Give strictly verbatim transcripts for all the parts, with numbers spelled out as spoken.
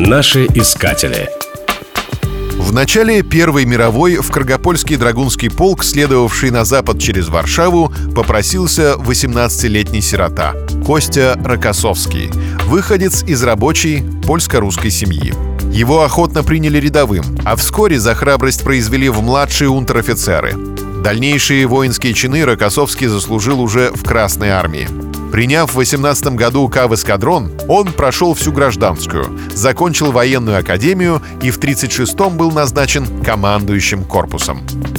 Наши искатели. В начале Первой мировой в Каргопольский драгунский полк, следовавший на запад через Варшаву, попросился восемнадцатилетний сирота Костя Рокоссовский, выходец из рабочей польско-русской семьи. Его охотно приняли рядовым, а вскоре за храбрость произвели в младшие унтер-офицеры. Дальнейшие воинские чины Рокоссовский заслужил уже в Красной армии. Приняв в восемнадцатом году К в эскадрон, он прошел всю гражданскую, закончил военную академию и в тридцать шестом был назначен командующим корпусом.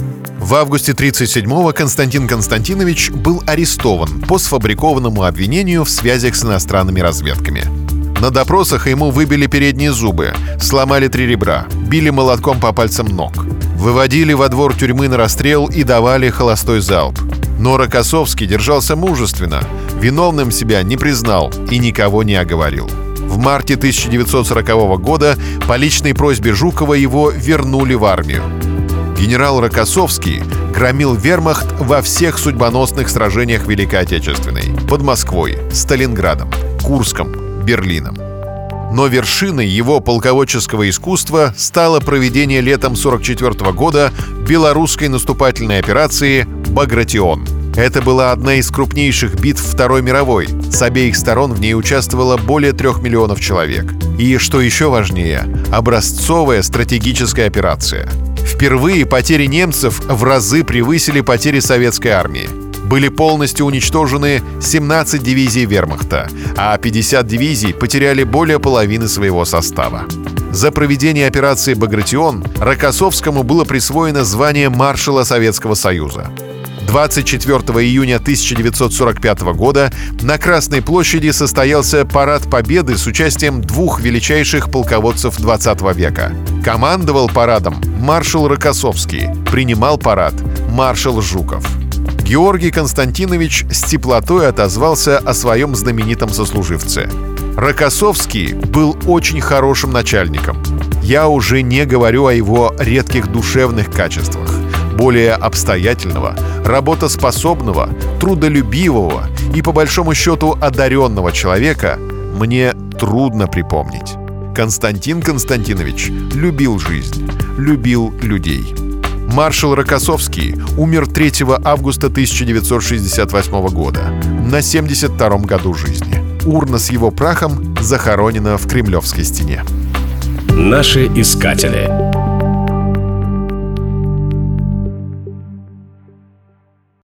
В августе тридцать седьмого Константин Константинович был арестован по сфабрикованному обвинению в связях с иностранными разведками. На допросах ему выбили передние зубы, сломали три ребра, били молотком по пальцам ног, выводили во двор тюрьмы на расстрел и давали холостой залп. Но Рокоссовский держался мужественно, виновным себя не признал и никого не оговорил. В марте тысяча девятьсот сорокового года по личной просьбе Жукова его вернули в армию. Генерал Рокоссовский громил вермахт во всех судьбоносных сражениях Великой Отечественной – под Москвой, Сталинградом, Курском, Берлином. Но вершиной его полководческого искусства стало проведение летом сорок четвёртого года белорусской наступательной операции «Багратион». Это была одна из крупнейших битв Второй мировой. С обеих сторон в ней участвовало более трех миллионов человек. И, что еще важнее, образцовая стратегическая операция. Впервые потери немцев в разы превысили потери советской армии. Были полностью уничтожены семнадцать дивизий вермахта, а пятьдесят дивизий потеряли более половины своего состава. За проведение операции «Багратион» Рокоссовскому было присвоено звание маршала Советского Союза. двадцать четвёртого июня тысяча девятьсот сорок пятого года на Красной площади состоялся парад Победы с участием двух величайших полководцев двадцатого века. Командовал парадом маршал Рокоссовский, принимал парад маршал Жуков. Георгий Константинович с теплотой отозвался о своем знаменитом сослуживце. Рокоссовский был очень хорошим начальником. Я уже не говорю о его редких душевных качествах. Более обстоятельного, работоспособного, трудолюбивого и, по большому счету, одаренного человека мне трудно припомнить. Константин Константинович любил жизнь, любил людей. Маршал Рокоссовский умер третьего августа тысяча девятьсот шестьдесят восьмого года, на семьдесят втором году жизни. Урна с его прахом захоронена в Кремлевской стене. Наши искатели.